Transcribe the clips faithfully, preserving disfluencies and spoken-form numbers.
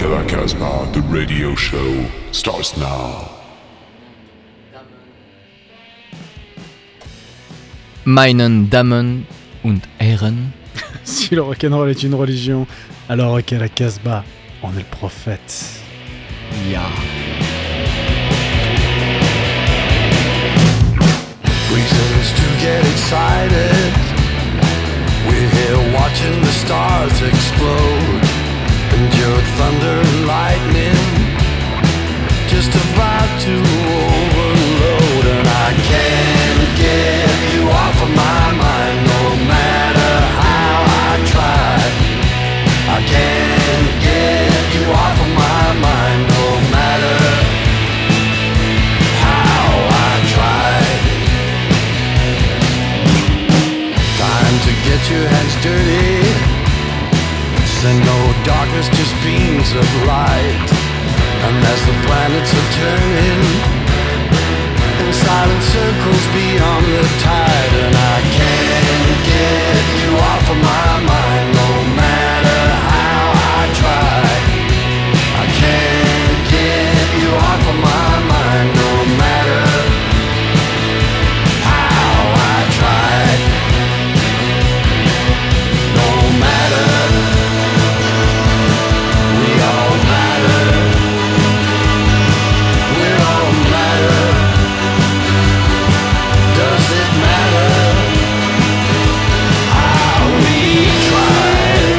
La Casbah, the radio show, starts now. Meinen Damen und Herren. Si le rock'n'roll est une religion, alors Rock à la Casbah, on est le prophète. Ja. Reasons to get excited. We're here watching the stars explode. Endure thunder and lightning. Just about to overload. And I can't get you off of my mind, no matter how I try. I can't get you off of my mind, no matter how I try. Time to get your hands dirty. Send no darkness, just beams of light. And as the planets are turning in silent circles beyond the tide, and I can't get you off of my mind, no matter how I try. I can't get you off of my mind, no matter how I try. No matter. We all matter. We all matter. Does it matter how we try?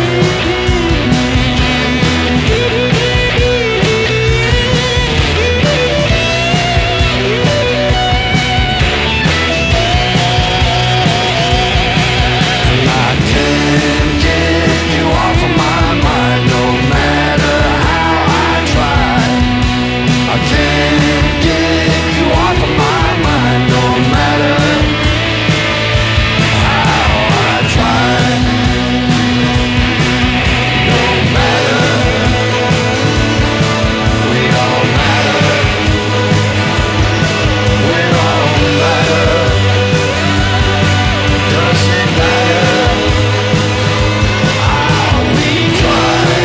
And I can't get you off of my mind, no matter how I try. I can't get you off of my mind, no matter how I try. No matter. We all matter. We all matter. Does it matter how we try?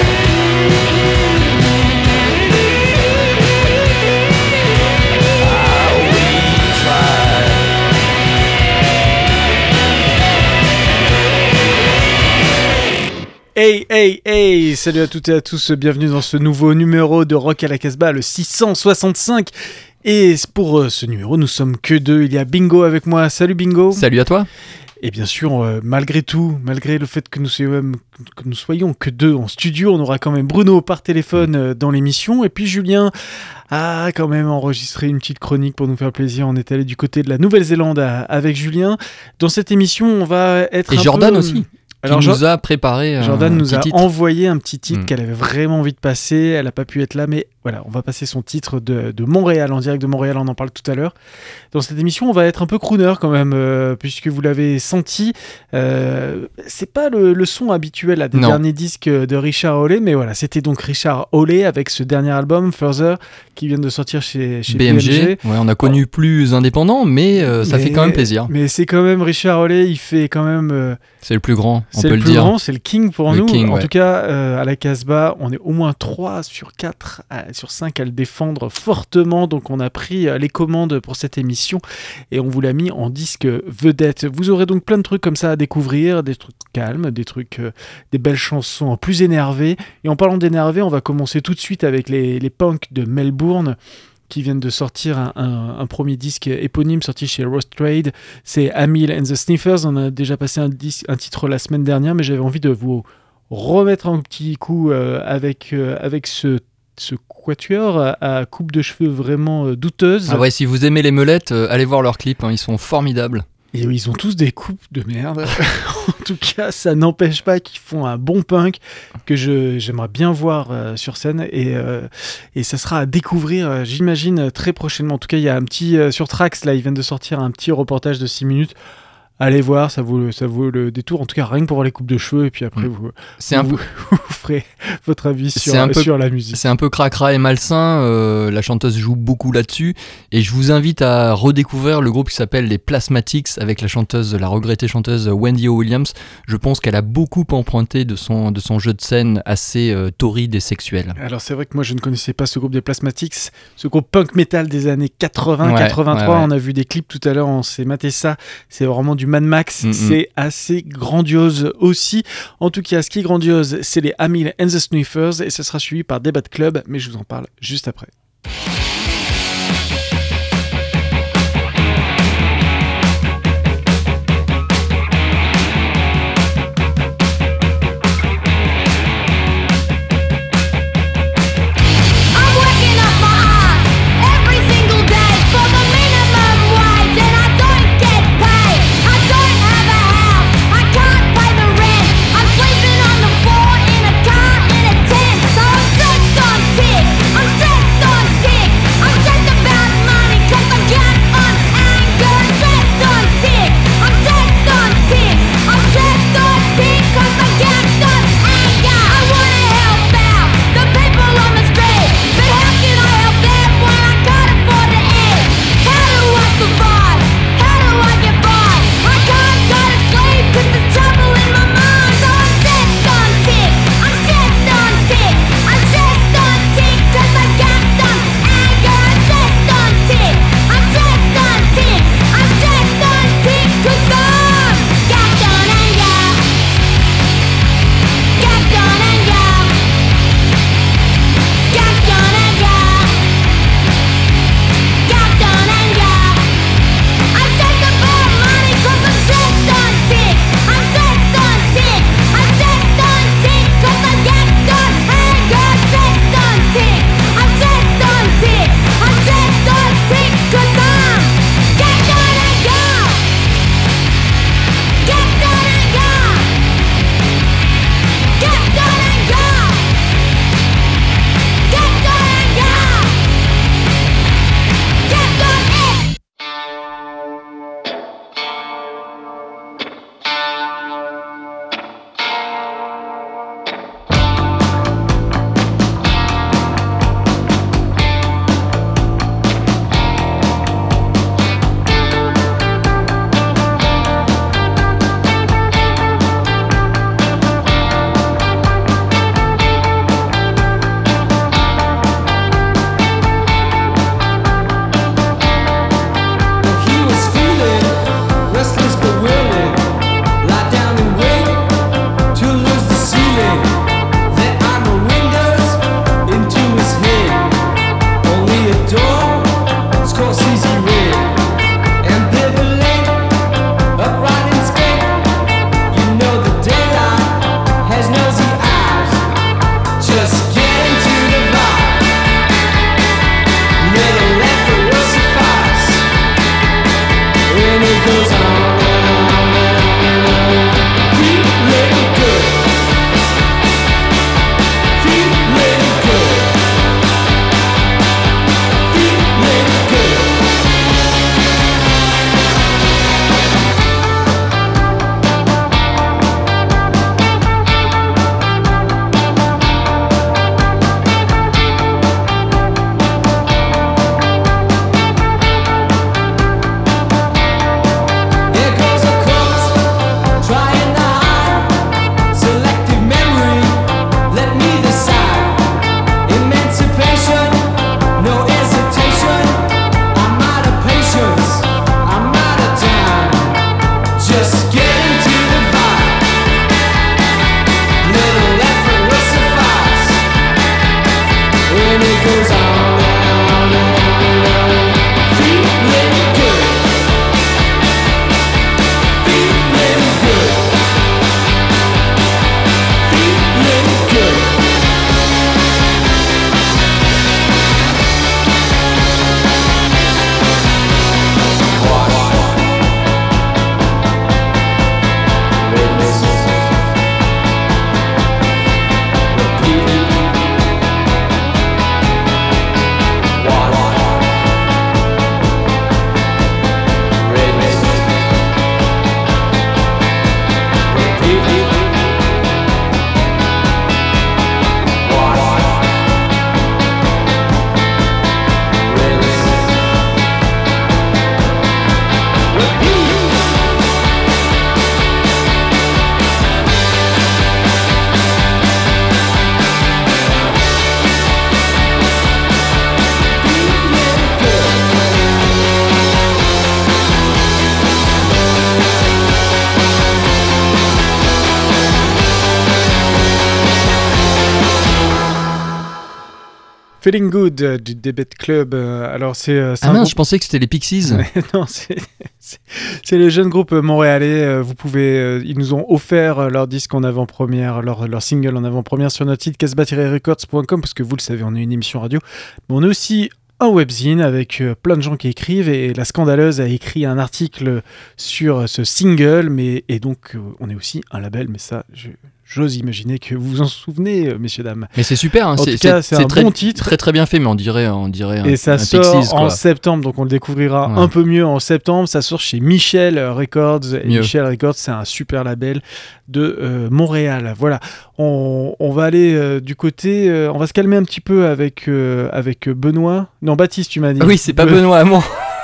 How we try. Hey, hey, hey! Salut à toutes et à tous, bienvenue dans ce nouveau numéro de Rock à la Casbah, le six cent soixante-cinq. Et pour euh, ce numéro, nous sommes que deux. Il y a Bingo avec moi. Salut Bingo! Salut à toi. Et bien sûr, euh, malgré tout, malgré le fait que nous, soyons, que nous soyons que deux en studio, on aura quand même Bruno par téléphone euh, dans l'émission. Et puis Julien a quand même enregistré une petite chronique pour nous faire plaisir. On est allé du côté de la Nouvelle-Zélande à- avec Julien. Dans cette émission, on va être Et un Jordan peu... aussi. Alors, qui Jo- nous a préparé Jordan un nous petit a titre. envoyé un petit titre Mm. qu'elle avait vraiment envie de passer. Elle n'a pas pu être là, mais voilà, on va passer son titre de, de Montréal, en direct de Montréal, on en parle tout à l'heure. Dans cette émission, on va être un peu crooner quand même, euh, puisque vous l'avez senti. Euh, c'est pas le, le son habituel à des Non. derniers disques de Richard Hawley, mais voilà, c'était donc Richard Hawley avec ce dernier album, Further, qui vient de sortir chez, chez B M G. Ouais, on a connu plus indépendant, mais euh, ça Mais- fait quand même plaisir. Mais c'est quand même Richard Hawley, il fait quand même... euh, C'est le plus grand, on c'est peut le le plus dire. grand, c'est le king pour Le nous. king, en ouais. tout cas, euh, à la Casbah, on est au moins trois sur quatre, à- sur cinq à le défendre fortement. Donc on a pris euh, les commandes pour cette émission et on vous l'a mis en disque vedette. Vous aurez donc plein de trucs comme ça à découvrir, des trucs calmes, des trucs, euh, des belles chansons plus énervées. Et en parlant d'énervé, on va commencer tout de suite avec les, les punks de Melbourne, qui viennent de sortir un, un- un premier disque éponyme sorti chez Roast Trade. C'est Amil and the Sniffers. On a déjà passé un, dis- un titre la semaine dernière, mais j'avais envie de vous remettre un petit coup euh, avec, euh, avec ce, ce quatuor à, à coupe de cheveux vraiment euh, douteuse. Ah ouais, si vous aimez les meulettes, euh, allez voir leurs clips, hein, ils sont formidables. Et ils ont tous des coupes de merde. En tout cas, ça n'empêche pas qu'ils font un bon punk que je, j'aimerais bien voir euh, sur scène. Et, euh, et ça sera à découvrir, euh, j'imagine, très prochainement. En tout cas, il y a un petit... euh, sur Trax, là, ils viennent de sortir un petit reportage de six minutes allez voir, ça vaut, le, ça vaut le détour, en tout cas rien que pour voir les coupes de cheveux, et puis après vous, C'est vous, un peu, vous ferez votre avis C'est sur, un peu- sur la musique. c'est un peu cracra et malsain, euh, la chanteuse joue beaucoup là-dessus, et je vous invite à redécouvrir le groupe qui s'appelle les Plasmatics avec la chanteuse, la regrettée chanteuse Wendy O. Williams. Je pense qu'elle a beaucoup emprunté de son, de son jeu de scène assez euh, torride et sexuel. Alors c'est vrai que moi je ne connaissais pas ce groupe des Plasmatics, ce groupe punk metal des années quatre-vingts Ouais, quatre-vingt-trois, ouais, ouais. on a vu des clips tout à l'heure, on s'est maté ça, c'est vraiment du Mad Max, Mm-mm. c'est assez grandiose aussi. En tout cas, ce qui est grandiose, c'est les Amil and the Sniffers, et ce sera suivi par Debat Club, mais je vous en parle juste après. I'm working up my ass every single day for the minimum wage, and I don't get paid. I don't have a house, I can't pay the rent. I'm sleeping on the floor in a car in a tent. So I'm stressed on tick, I'm stressed on tick, I'm stressed about money. Feeling Good euh, du Debate Club. euh, alors c'est, euh, c'est Ah un mince, groupe... je pensais que c'était les Pixies. non, c'est, c'est, c'est le jeune groupe montréalais. euh, Vous pouvez, euh, ils nous ont offert euh, leur disque en avant-première, leur, leur single en avant-première sur notre site casbah tiret records point com parce que vous le savez, on est une émission radio. Mais on est aussi un webzine avec euh, plein de gens qui écrivent et La Scandaleuse a écrit un article sur ce single. Mais et donc euh, on est aussi un label. Mais ça, je, j'ose imaginer que vous vous en souvenez, euh, messieurs dames. Mais c'est super, hein, En c'est, tout cas, c'est un très, bon titre. Très très bien fait, mais on dirait, on dirait un, Et ça un sort Pixies, en quoi. septembre, donc on le découvrira Ouais. un peu mieux en septembre. Ça sort chez Michel Records. Et Mieux. Michel Records, c'est un super label de euh, Montréal. Voilà, on, on va aller euh, du côté... euh, on va se calmer un petit peu avec, euh, avec Benoît. Non, Baptiste, tu m'as dit. Ah oui, c'est pas Be- Benoît Hamon.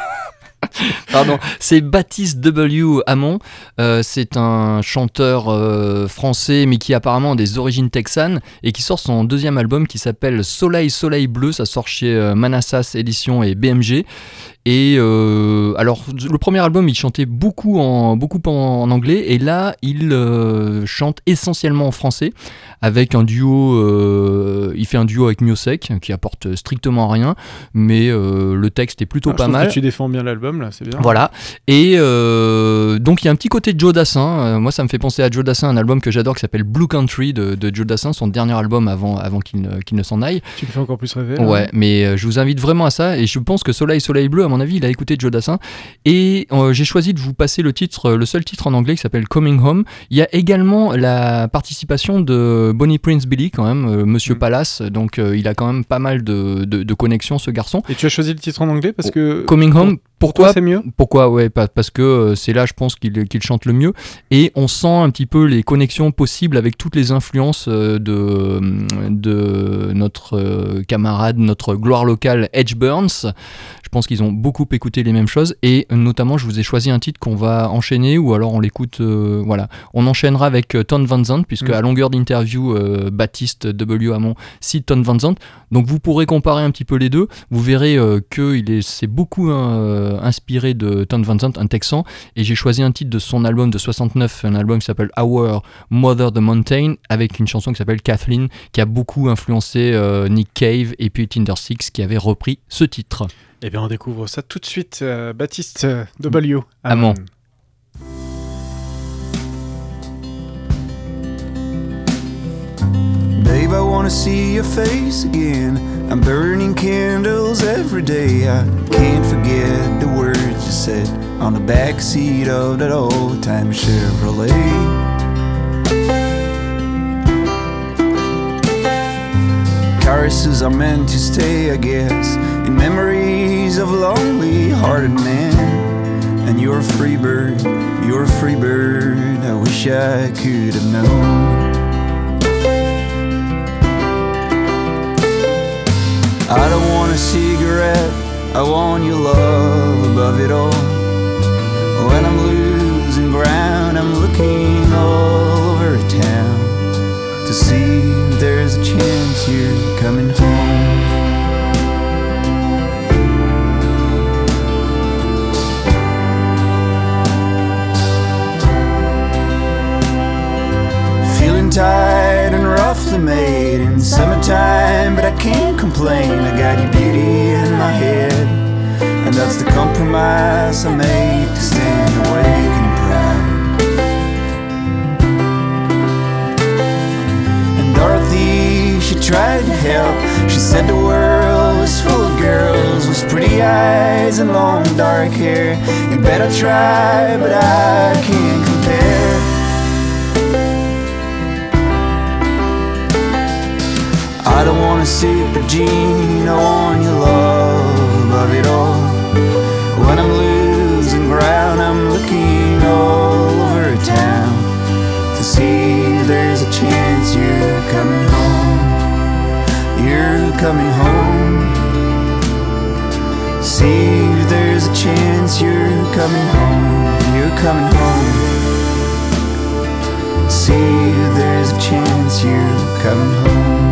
Pardon, c'est Baptiste W. Hamon. Euh, c'est un chanteur euh, français, mais qui apparemment a des origines texanes et qui sort son deuxième album qui s'appelle Soleil Soleil Bleu. Ça sort chez euh, Manassas Édition et B M G. Et euh, alors, le premier album, il chantait beaucoup en, beaucoup en, en anglais, et là, il euh, chante essentiellement en français, avec un duo, euh, il fait un duo avec Miosek, qui apporte strictement rien, mais euh, le texte est plutôt Ah, je pas trouve mal. que tu défends bien l'album, là, c'est bien. Voilà, et euh, donc il y a un petit côté de Joe Dassin. Euh, moi ça me fait penser à Joe Dassin, un album que j'adore qui s'appelle Blue Country de, de Joe Dassin, son dernier album avant, avant qu'il, ne, qu'il ne s'en aille. Tu me fais encore plus rêver. là. Ouais, mais euh, je vous invite vraiment à ça, et je pense que Soleil Soleil Bleu, à mon avis, il a écouté Joe Dassin, et euh, j'ai choisi de vous passer le titre, le seul titre en anglais qui s'appelle Coming Home. Il y a également la participation de Bonnie Prince Billy quand même, euh, Monsieur Mm. Palace, donc euh, il a quand même pas mal de, de, de connexions ce garçon. Et tu as choisi le titre en anglais parce que... Coming Home, Pourquoi pourquoi c'est mieux? Pourquoi ouais, pa- parce que euh, c'est là, je pense, qu'il, qu'il chante le mieux, et on sent un petit peu les connexions possibles avec toutes les influences euh, de, de notre euh, camarade, notre gloire locale Edge Burns. Je pense qu'ils ont beaucoup écouté les mêmes choses, et euh, notamment, je vous ai choisi un titre qu'on va enchaîner, ou alors on l'écoute, euh, voilà. On enchaînera avec euh, Ton Van Zandt, puisque Mm. à longueur d'interview, euh, Baptiste W. Hamon cite Ton Van Zandt, donc vous pourrez comparer un petit peu les deux, vous verrez euh, que il est, c'est beaucoup euh, inspiré de Ton Van Zandt, un Texan, et j'ai choisi un titre de son album de soixante-neuf, un album qui s'appelle Our Mother the Mountain, avec une chanson qui s'appelle Kathleen, qui a beaucoup influencé euh, Nick Cave et puis Tinder Six, qui avait repris ce titre. Eh bien, on découvre ça tout de suite. euh, Baptiste euh, W. Hamon. Babe, I wanna see your face again. I'm burning candles every day. I can't forget the words you said on the back seat of that old-time Chevrolet. Caresses are meant to stay, I guess, in memories of a lonely-hearted man. And you're a free bird, you're a free bird, I wish I could have known. I don't want a cigarette, I want your love above it all. When I'm losing ground, I'm looking all over town to see if there's a chance you're coming home. Feeling tired and roughly made in summertime, but I can't complain. I got your beauty in my head, and that's the compromise I made to stand awake in pride. And Dorothy, she tried to help. She said the world was full of girls with pretty eyes and long dark hair. You better try, but I can't compare. I don't wanna sip the gin, I want your love above it all. When I'm losing ground, I'm looking all over town to see if there's a chance you're coming home. You're coming home. See if there's a chance you're coming home. You're coming home. See if there's a chance you're coming home.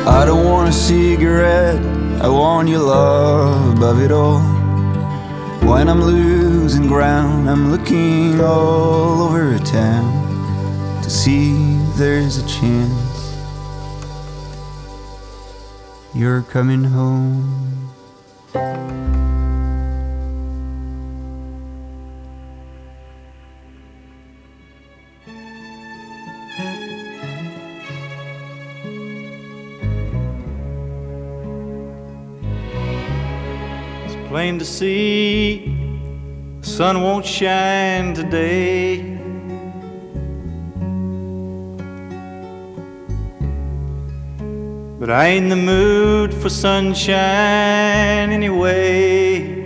I don't want a cigarette, I want your love above it all. When I'm losing ground, I'm looking all over town to see if there's a chance you're coming home. Plain to see, the sun won't shine today. But I ain't in the mood for sunshine anyway.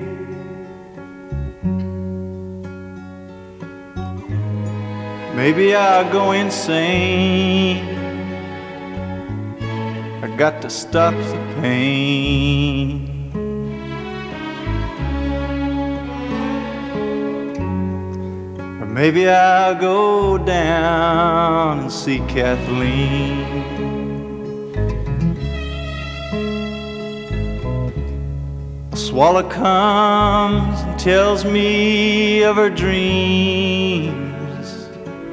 Maybe I'll go insane. I got to stop the pain. Maybe I'll go down and see Kathleen. A swallow comes and tells me of her dreams.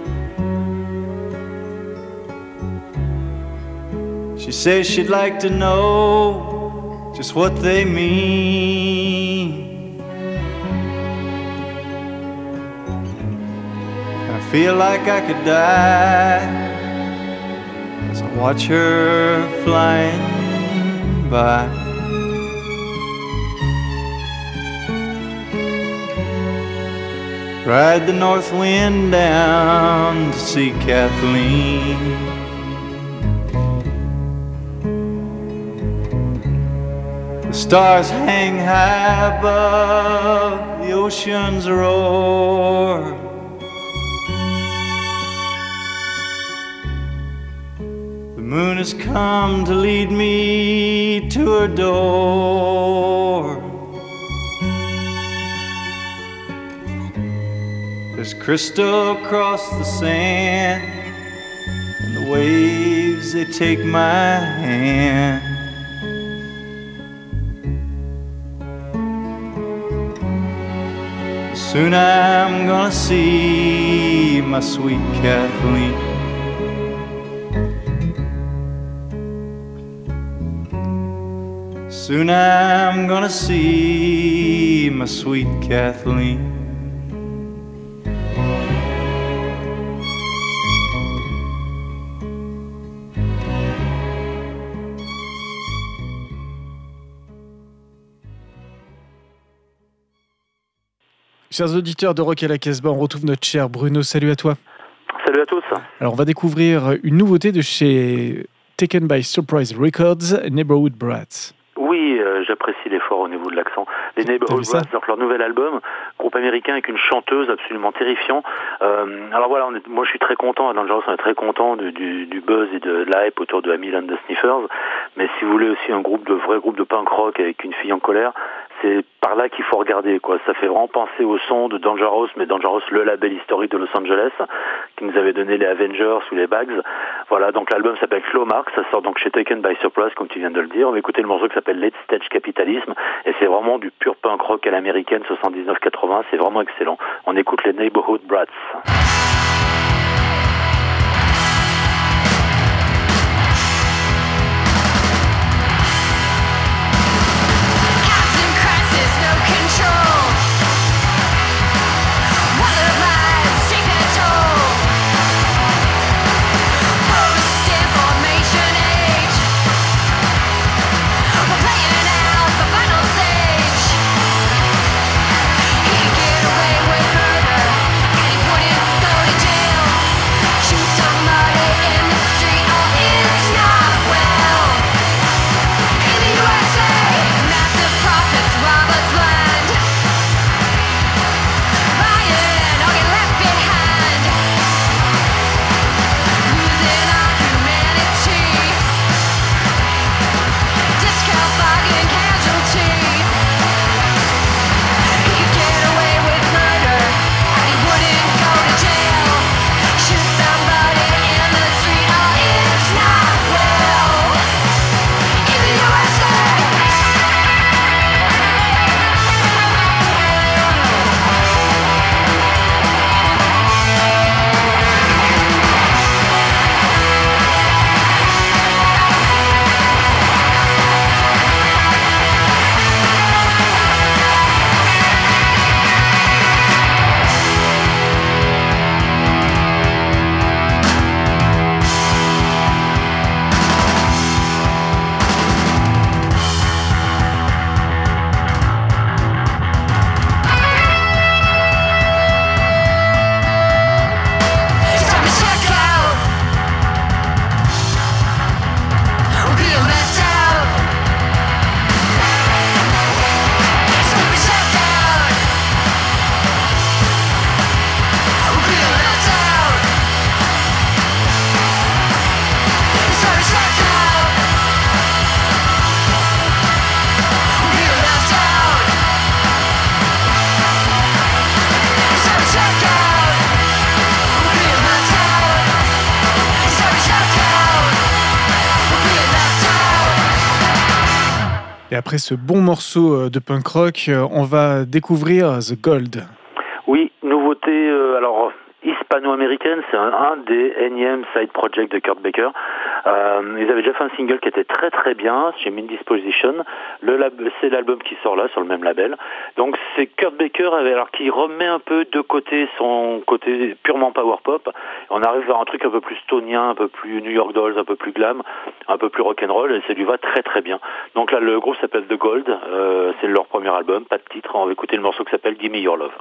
She says she'd like to know just what they mean. Feel like I could die as I watch her flying by. Ride the north wind down to see Kathleen. The stars hang high above the ocean's roar. The moon has come to lead me to her door. There's crystal across the sand, and the waves, they take my hand. Soon I'm gonna see my sweet Kathleen. Soon I'm gonna see my sweet Kathleen. Chers auditeurs de Rock à la Casbah, on retrouve notre cher Bruno. Salut à toi. Salut à tous. Alors, on va découvrir une nouveauté de chez Taken by Surprise Records, Neighborhood Brats. Oui, euh, j'apprécie l'effort au niveau de l'accent. Les Neighborhood Brats, donc leur nouvel album, groupe américain avec une chanteuse absolument terrifiante. Euh, alors voilà, on est, moi je suis très content, à Dangerous, on est très content du, du, du buzz et de la hype autour de Hamil and the Sniffers. Mais si vous voulez aussi un groupe de vrai groupe de punk rock avec une fille en colère, c'est par là qu'il faut regarder, quoi. Ça fait vraiment penser au son de Dangerous, mais Dangerous, le label historique de Los Angeles, qui nous avait donné les Avengers ou les Bags. Voilà, donc l'album s'appelle Claw Mark, ça sort donc chez Taken by Surprise, comme tu viens de le dire. On va écouter le morceau qui s'appelle Late Stage Capitalism, et c'est vraiment du pur punk rock à l'américaine, soixante-dix-neuf quatre-vingts, c'est vraiment excellent. On écoute les Neighborhood Brats. Get away with murder, and he put in go to jail. Et après ce bon morceau de punk rock, on va découvrir The Gold. Oui, nouveauté, euh, alors hispano-américaine, c'est un, un des énièmes side projects de Kurt Baker. Euh, ils avaient déjà fait un single qui était très très bien chez Indisposition. Le lab, c'est l'album qui sort là sur le même label. Donc c'est Kurt Baker alors qui remet un peu de côté son côté purement power pop. On arrive vers un truc un peu plus stonien, un peu plus New York Dolls, un peu plus glam, un peu plus rock'n'roll, et ça lui va très très bien. Donc là le groupe s'appelle The Gold, euh, c'est leur premier album, pas de titre. On va écouter le morceau qui s'appelle Give Me Your Love.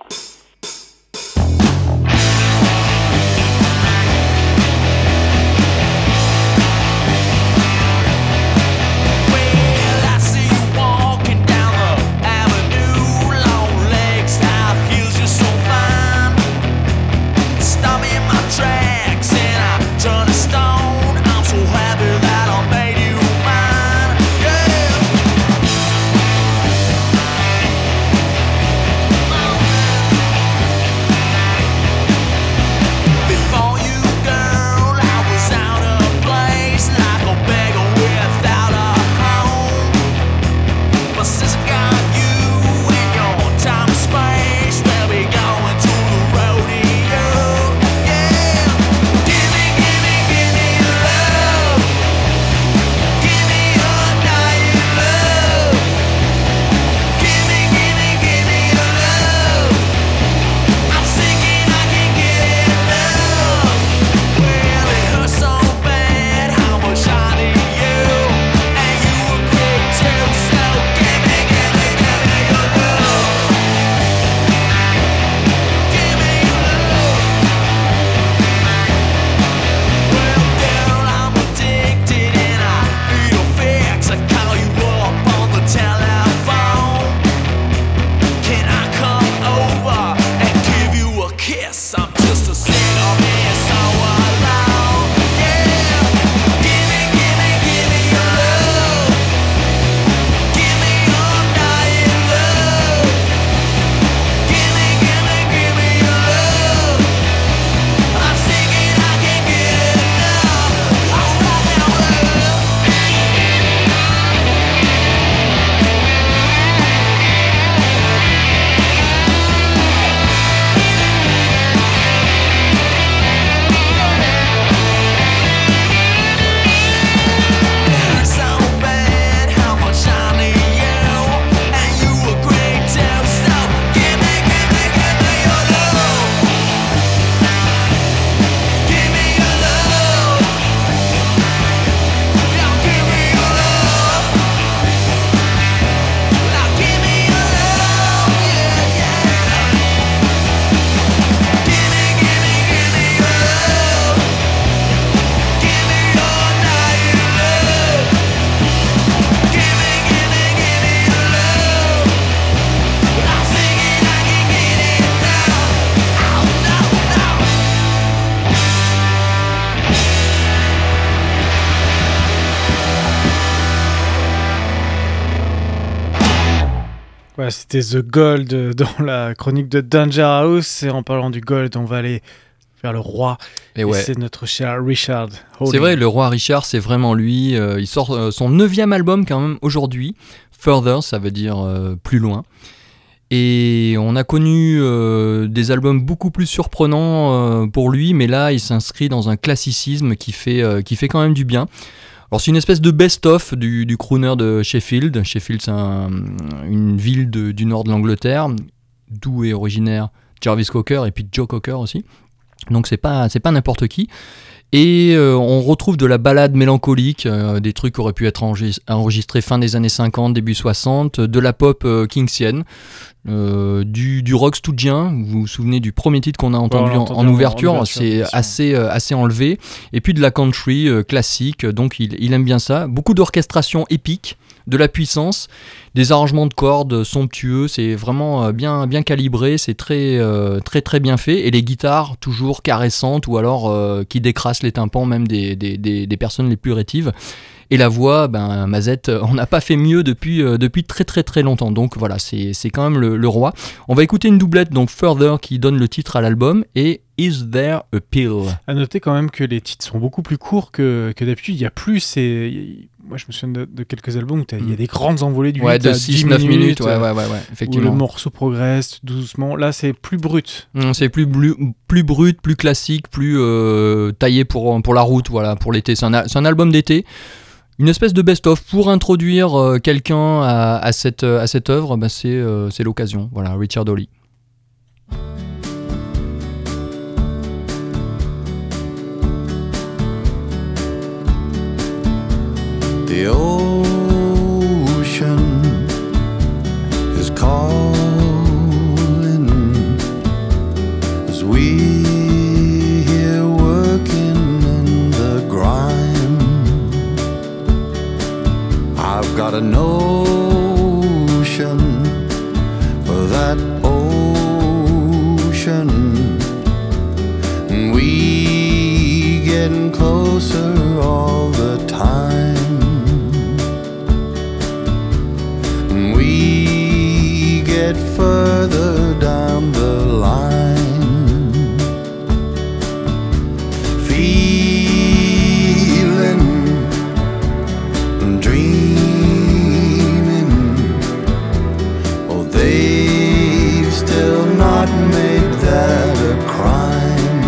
Voilà, c'était The Gold dans la chronique de Danger House. Et en parlant du Gold, on va aller vers le roi. Et, et ouais. C'est notre cher Richard Hawley. C'est vrai, le roi Richard, c'est vraiment lui. Euh, il sort euh, son neuvième album quand même aujourd'hui. Further, ça veut dire euh, plus loin. Et on a connu euh, des albums beaucoup plus surprenants euh, pour lui, mais là, il s'inscrit dans un classicisme qui fait, euh, qui fait quand même du bien. Alors c'est une espèce de best-of du, du crooner de Sheffield. Sheffield, c'est un, une ville de, du nord de l'Angleterre, d'où est originaire Jarvis Cocker et puis Joe Cocker aussi. Donc c'est pas, c'est pas n'importe qui. Et euh, on retrouve de la ballade mélancolique, euh, des trucs qui auraient pu être enregistrés fin des années cinquante, début soixante, de la pop euh, kingsienne, euh, du, du rock stoudien. Vous vous souvenez du premier titre qu'on a entendu, ouais, en, en, ouverture, en ouverture, c'est assez, euh, assez enlevé. Et puis de la country euh, classique, donc il, il aime bien ça. Beaucoup d'orchestration épique, de la puissance, des arrangements de cordes somptueux, c'est vraiment bien, bien calibré, c'est très, euh, très très bien fait, et les guitares toujours caressantes ou alors euh, qui décrassent les tympans même des, des, des, des personnes les plus rétives. Et la voix, ben, Mazette, on n'a pas fait mieux depuis, euh, depuis très très très longtemps, donc voilà, c'est, c'est quand même le, le roi. On va écouter une doublette, donc Further, qui donne le titre à l'album, et Is There a Pill? À noter quand même que les titres sont beaucoup plus courts que, que d'habitude. Il y a plus, c'est... Moi, je me souviens de, de quelques albums où il y a des grandes envolées du ouais, huit de à six dix neuf minutes, minutes, ouais, ouais, ouais, ouais, effectivement. Où le morceau progresse doucement. Là, c'est plus brut. Mmh, c'est plus, plus, plus brut, plus classique, plus euh, taillé pour, pour la route, voilà, pour l'été. C'est un, c'est un album d'été. Une espèce de best-of pour introduire euh, quelqu'un à, à, cette, à cette œuvre, bah, c'est, euh, c'est l'occasion. Voilà, Richard Hawley. The ocean is calling as we here working in the grime. I've got a notion for that ocean, and we getting closer all the time. Get further down the line, feeling and dreaming. Oh, they've still not made that a crime.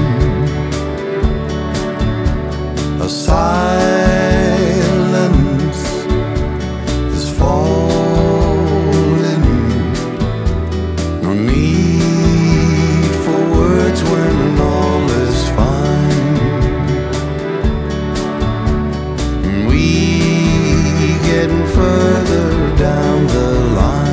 A silence is falling. No need for words when all is fine. And we getting further down the line.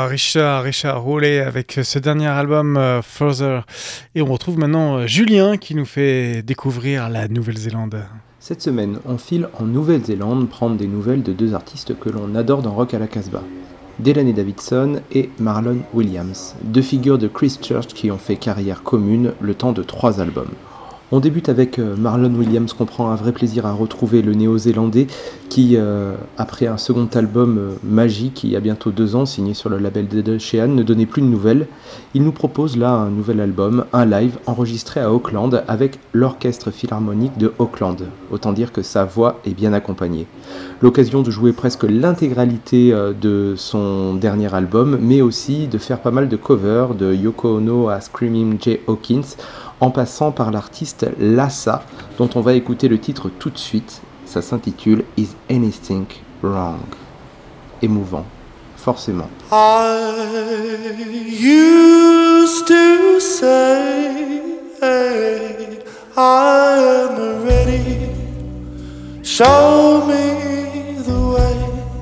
euh, Richard, Richard Hawley avec ce dernier album euh, Further. Et on retrouve maintenant euh, Julien qui nous fait découvrir la Nouvelle-Zélande. Cette semaine, on file en Nouvelle-Zélande prendre des nouvelles de deux artistes que l'on adore dans Rock à la Casbah. Delaney Davidson et Marlon Williams, deux figures de Christchurch qui ont fait carrière commune le temps de trois albums. On débute avec Marlon Williams, qu'on prend un vrai plaisir à retrouver, le néo-zélandais qui, euh, après un second album euh, magique, il y a bientôt deux ans, signé sur le label Dead Ocean, ne donnait plus de nouvelles. Il nous propose là un nouvel album, un live enregistré à Auckland avec l'orchestre philharmonique de Auckland. Autant dire que sa voix est bien accompagnée. L'occasion de jouer presque l'intégralité euh, de son dernier album, mais aussi de faire pas mal de covers, de Yoko Ono à Screaming Jay Hawkins, en passant par l'artiste Lassa, dont on va écouter le titre tout de suite. Ça s'intitule Is Anything Wrong? Émouvant, forcément. I used to say, hey, I am ready, show me the way.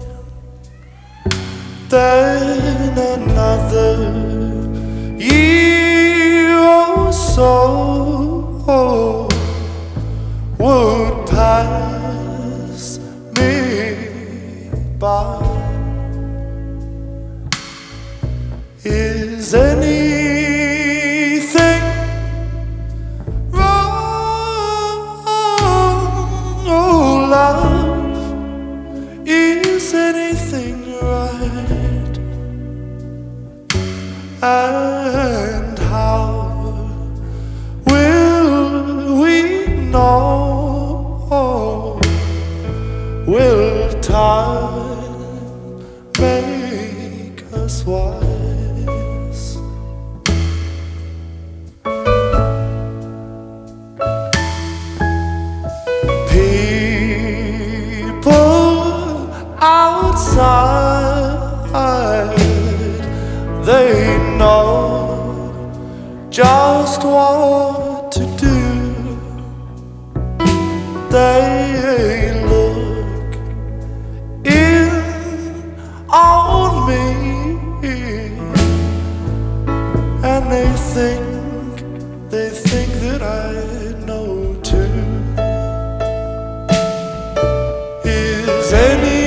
Then another year or so oh, would pass me by. Is anything wrong? Oh, love, is anything right? And how will we know? Will time make us wise? Outside, they know just what to do. They look in on me and they think, they think that I know too. Is any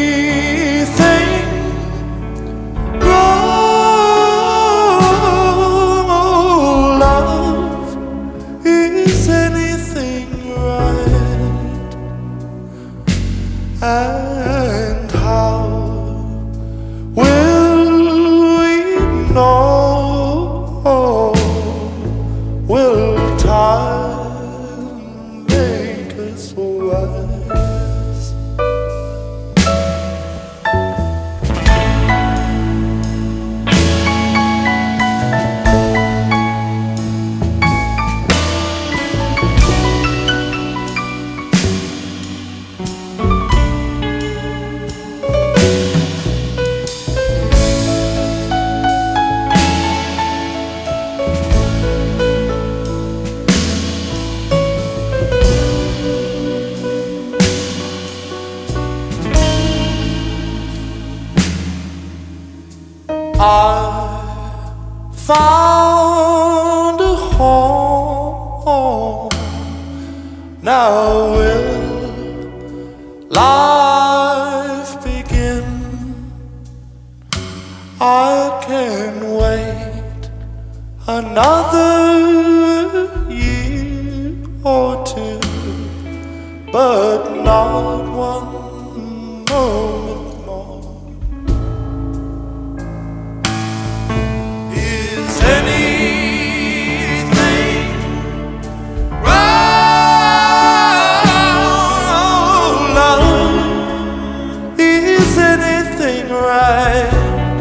and how will we know? Will time make us wise? I found a home. Now will life begin? I can wait another year or two, but not one moment more. Is anything wrong, love? Is anything right?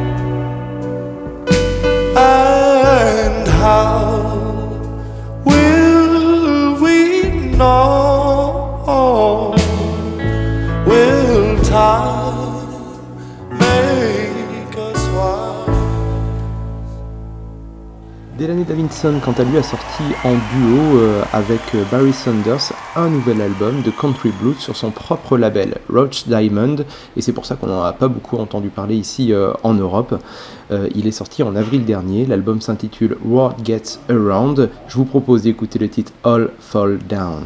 And how will we know? Will Delaney Davidson, quant à lui, a sorti en duo euh, avec Barry Sanders un nouvel album de country blues sur son propre label, Roach Diamond, et c'est pour ça qu'on n'en a pas beaucoup entendu parler ici euh, en Europe. Euh, il est sorti en avril dernier, l'album s'intitule What Gets Around. Je vous propose d'écouter le titre All Fall Down.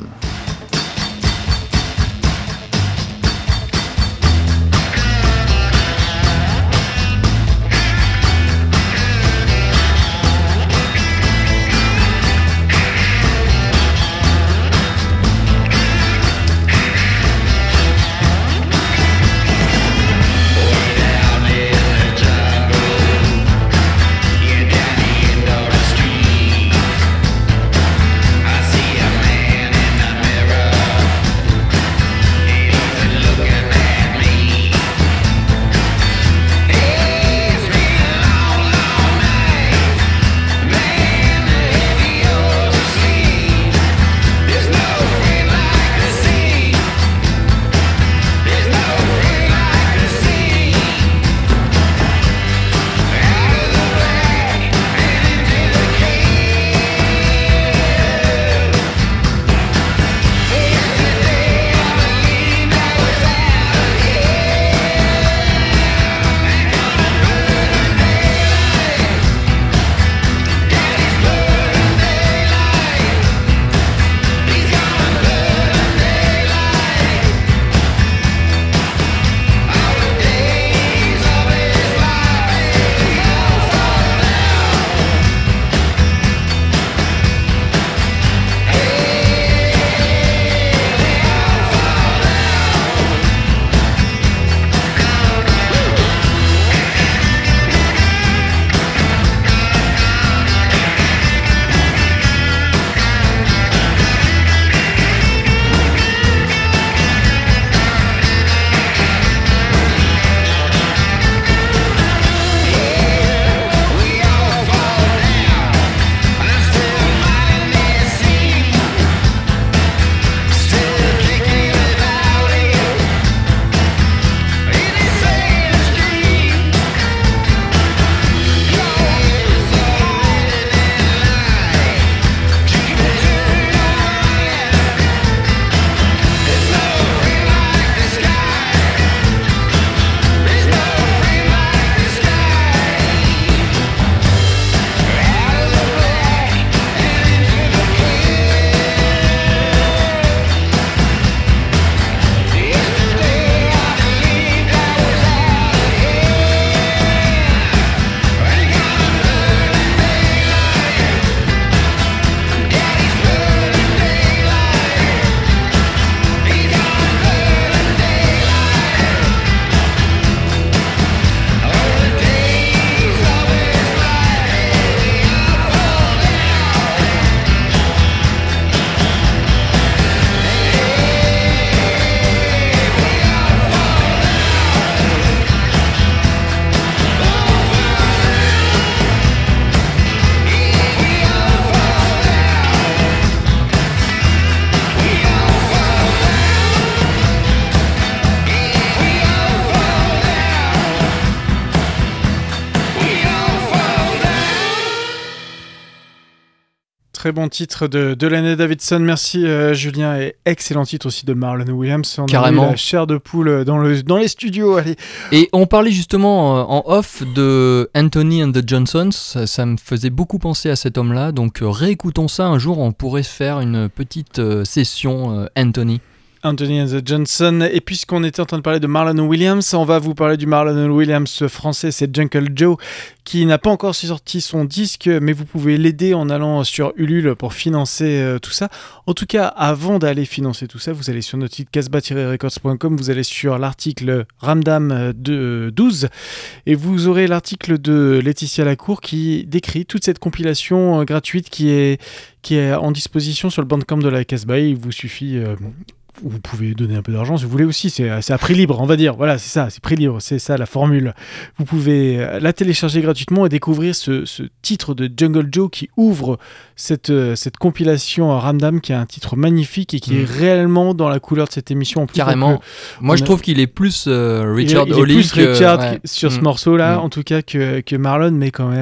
Très bon titre de Delaney Davidson, merci euh, Julien, et excellent titre aussi de Marlon Williams. On Carrément. a eu la chair de poule dans, le, dans les studios. Allez. Et on parlait justement euh, en off de Anthony and the Johnsons, ça, ça me faisait beaucoup penser à cet homme-là, donc euh, réécoutons ça un jour, on pourrait faire une petite euh, session euh, Anthony. Anthony and the Johnson. Et puisqu'on était en train de parler de Marlon Williams, on va vous parler du Marlon Williams français, c'est Jungle Joe, qui n'a pas encore sorti son disque, mais vous pouvez l'aider en allant sur Ulule pour financer euh, tout ça. En tout cas, avant d'aller financer tout ça, vous allez sur notre site casbah tiret records point com, vous allez sur l'article Ramdam de douze, et vous aurez l'article de Laetitia Lacour qui décrit toute cette compilation euh, gratuite qui est, qui est en disposition sur le Bandcamp de la Casbah. Il vous suffit... Euh, vous pouvez donner un peu d'argent si vous voulez aussi, c'est, c'est à prix libre, on va dire. Voilà, c'est ça, c'est prix libre, c'est ça la formule. Vous pouvez la télécharger gratuitement et découvrir ce, ce titre de Jungle Joe qui ouvre cette, cette compilation Ramdam, qui a un titre magnifique et qui mmh. est réellement dans la couleur de cette émission. En plus, carrément. Que, Moi, je a... trouve qu'il est plus euh, Richard il est, il Hawley est plus que... Richard ouais. sur mmh. ce morceau-là, mmh. en tout cas, que, que Marlon, mais quand même...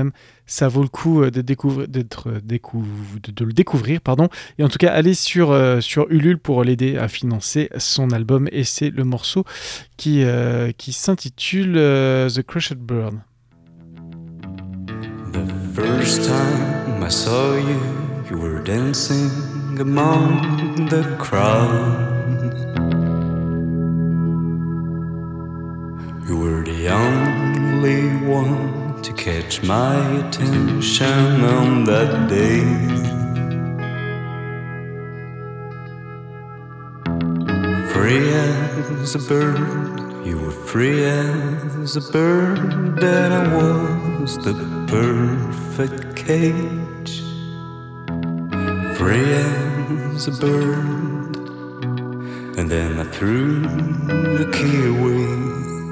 ça vaut le coup de, découvrir, d'être, décou- de, de le découvrir. Pardon. Et en tout cas, allez sur, euh, sur Ulule pour l'aider à financer son album. Et c'est le morceau qui, euh, qui s'intitule euh, The Crushed Bird. The first time I saw you, you were dancing among the crowd. You were the only one to catch my attention on that day. Free as a bird, you were free as a bird, and I was the perfect cage. Free as a bird, and then I threw the key away.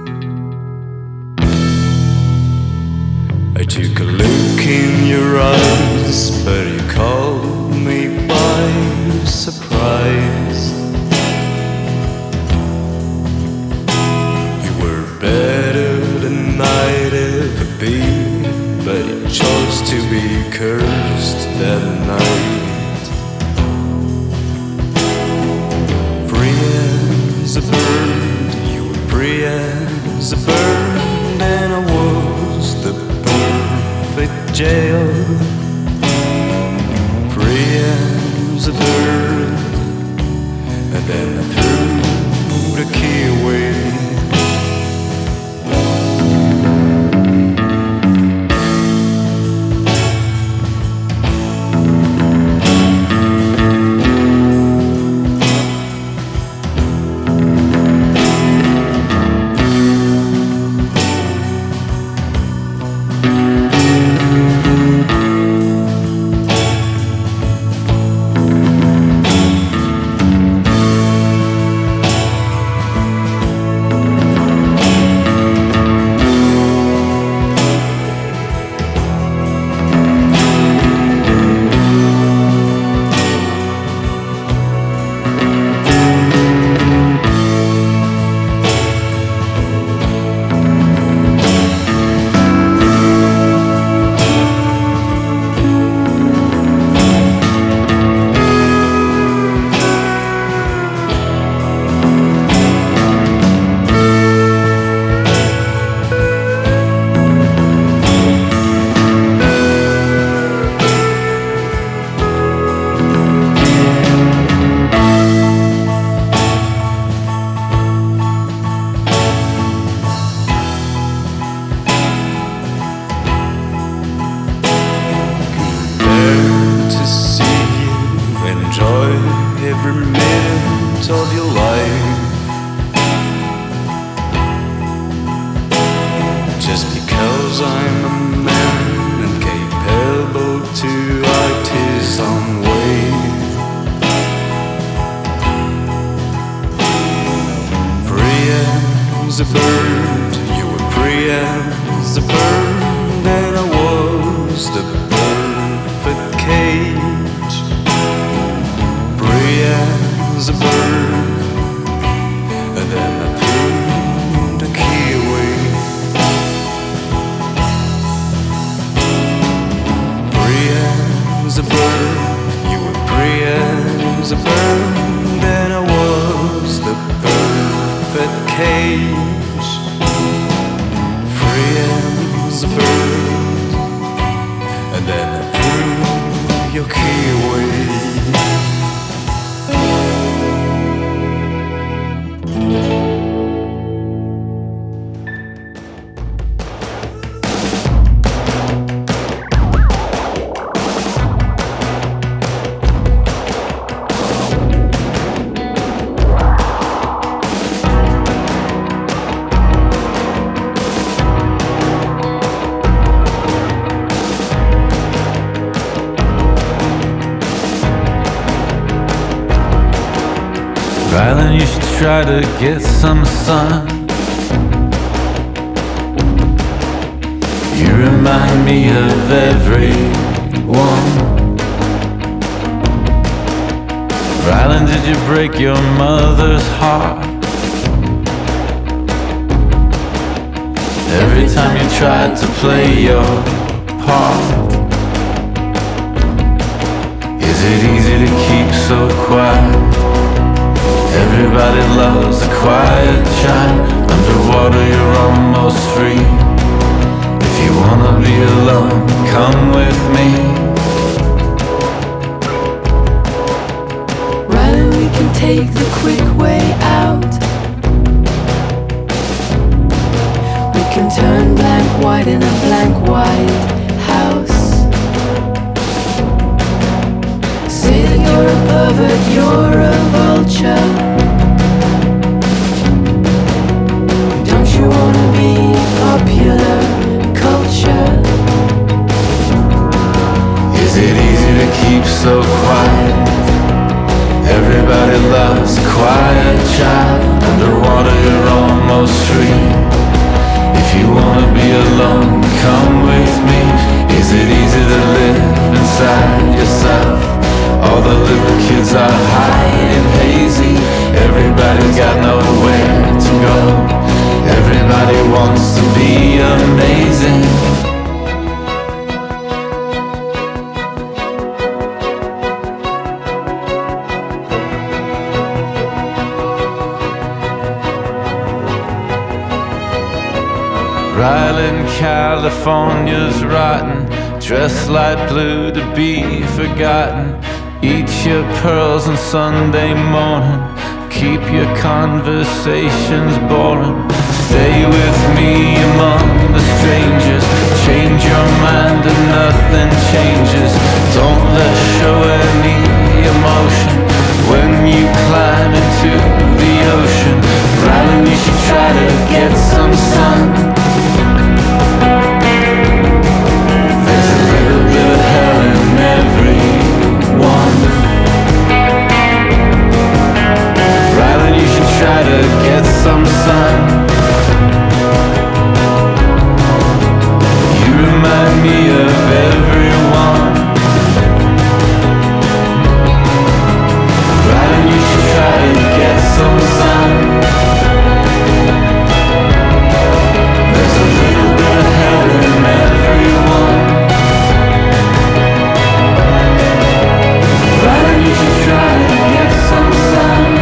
I took a look in your eyes, but you caught me by surprise. You were better than I'd ever be, but you chose to be cursed that night. Free as a bird, you were free as a bird, and I was the perfect jail. Free as a bird, and then I threw the key away. Rylan, you should try to get some sun. You remind me of everyone. Rylan, did you break your mother's heart? Every time you tried to play your apart. Is it easy to keep so quiet? Everybody loves a quiet child. Underwater you're almost free. If you wanna be alone, come with me. Rylan, we can take the quick way out. We can turn blank white in a blank white house. Say that you're a pervert, you're a vulture. Don't you wanna be popular culture? Is it easy to keep so quiet? Everybody loves a quiet child. Underwater you're almost free. If you wanna be alone, come with me. Is it easy to live inside yourself? All the little kids are high and hazy. Everybody's got nowhere to go. Everybody wants to be amazing. Rylan, California's rotten. Dress light blue to be forgotten. Eat your pearls on Sunday morning. Keep your conversations boring. Stay with me among the strangers. Change your mind and nothing changes. Don't let show any emotion when you climb into the ocean. Rylan, you should try to get some sun. There's a little bit of hell in everyone. Rylan, you should try to get some sun. You remind me of everyone. Rylan, you should try to get some sun. There's a little bit of hell in everyone. Rylan, you should try to get some sun.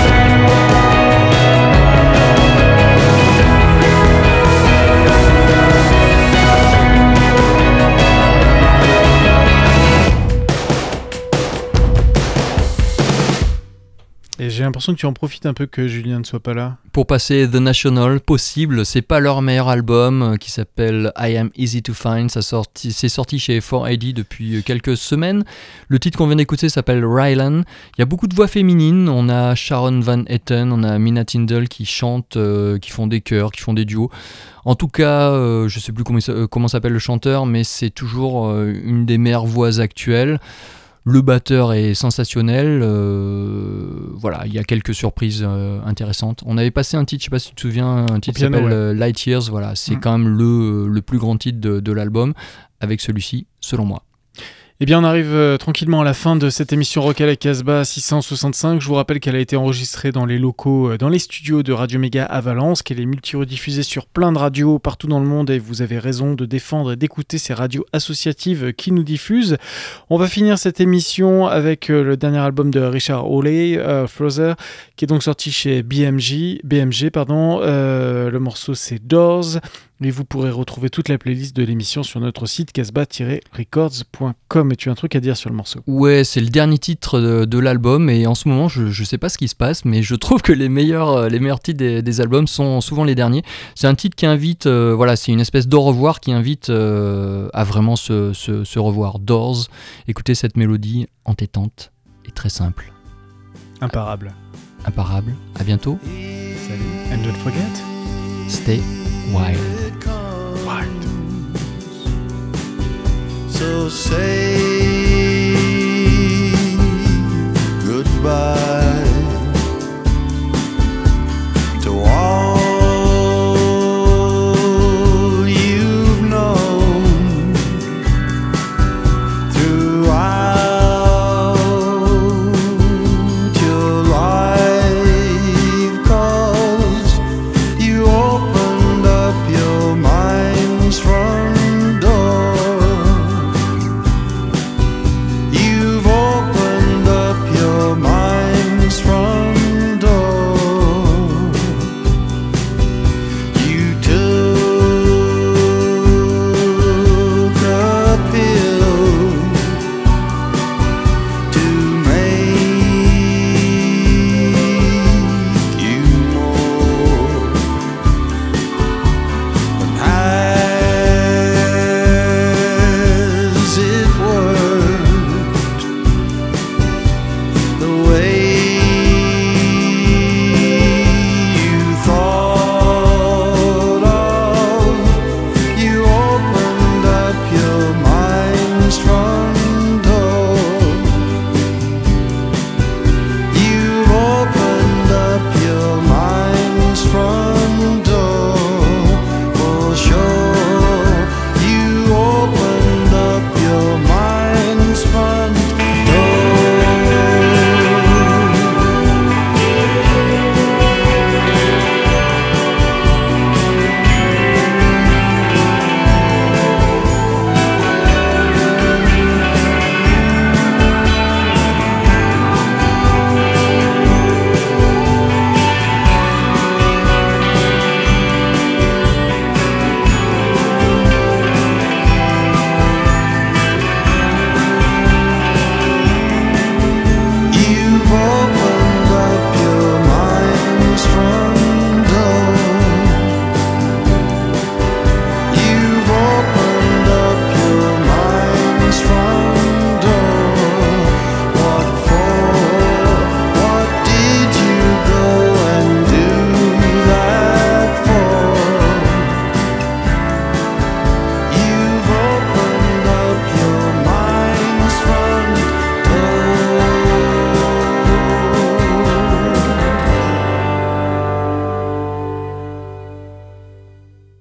Et j'ai l'impression que tu en profites un peu que Julien ne soit pas là. Pour passer The National, possible, c'est pas leur meilleur album euh, qui s'appelle I Am Easy to Find, ça sorti, c'est sorti chez four A D depuis quelques semaines. Le titre qu'on vient d'écouter s'appelle Rylan. Il y a beaucoup de voix féminines, on a Sharon Van Etten, on a Minna Tindall qui chantent, euh, qui font des chœurs, qui font des duos. En tout cas, euh, je sais plus comment, euh, comment s'appelle le chanteur, mais c'est toujours euh, une des meilleures voix actuelles. Le batteur est sensationnel, euh, voilà, il y a quelques surprises euh, intéressantes. On avait passé un titre, je sais pas si tu te souviens, un titre qui s'appelle ouais. euh, Light Years, voilà, c'est mmh. quand même le, le plus grand titre de, de l'album, avec celui-ci, selon moi. Eh bien, on arrive euh, tranquillement à la fin de cette émission Rock à la Casbah six cent soixante-cinq. Je vous rappelle qu'elle a été enregistrée dans les locaux, euh, dans les studios de Radio Méga à Valence, qu'elle est multi-rediffusée sur plein de radios partout dans le monde et vous avez raison de défendre et d'écouter ces radios associatives qui nous diffusent. On va finir cette émission avec euh, le dernier album de Richard Hawley, euh, Further, qui est donc sorti chez B M G, B M G pardon. Euh, le morceau c'est Doors. Et vous pourrez retrouver toute la playlist de l'émission sur notre site casbah tiret records point com. Et tu as un truc à dire sur le morceau? Ouais, c'est le dernier titre de, de l'album et en ce moment, je, je sais pas ce qui se passe, mais je trouve que les meilleurs, les meilleurs titres des, des albums sont souvent les derniers. C'est un titre qui invite, euh, voilà, c'est une espèce d'au revoir qui invite euh, à vraiment se, se, se revoir. Doors, écoutez cette mélodie entêtante et très simple. Imparable. Imparable. À bientôt. Salut. And don't forget. Stay wild. Wild. So say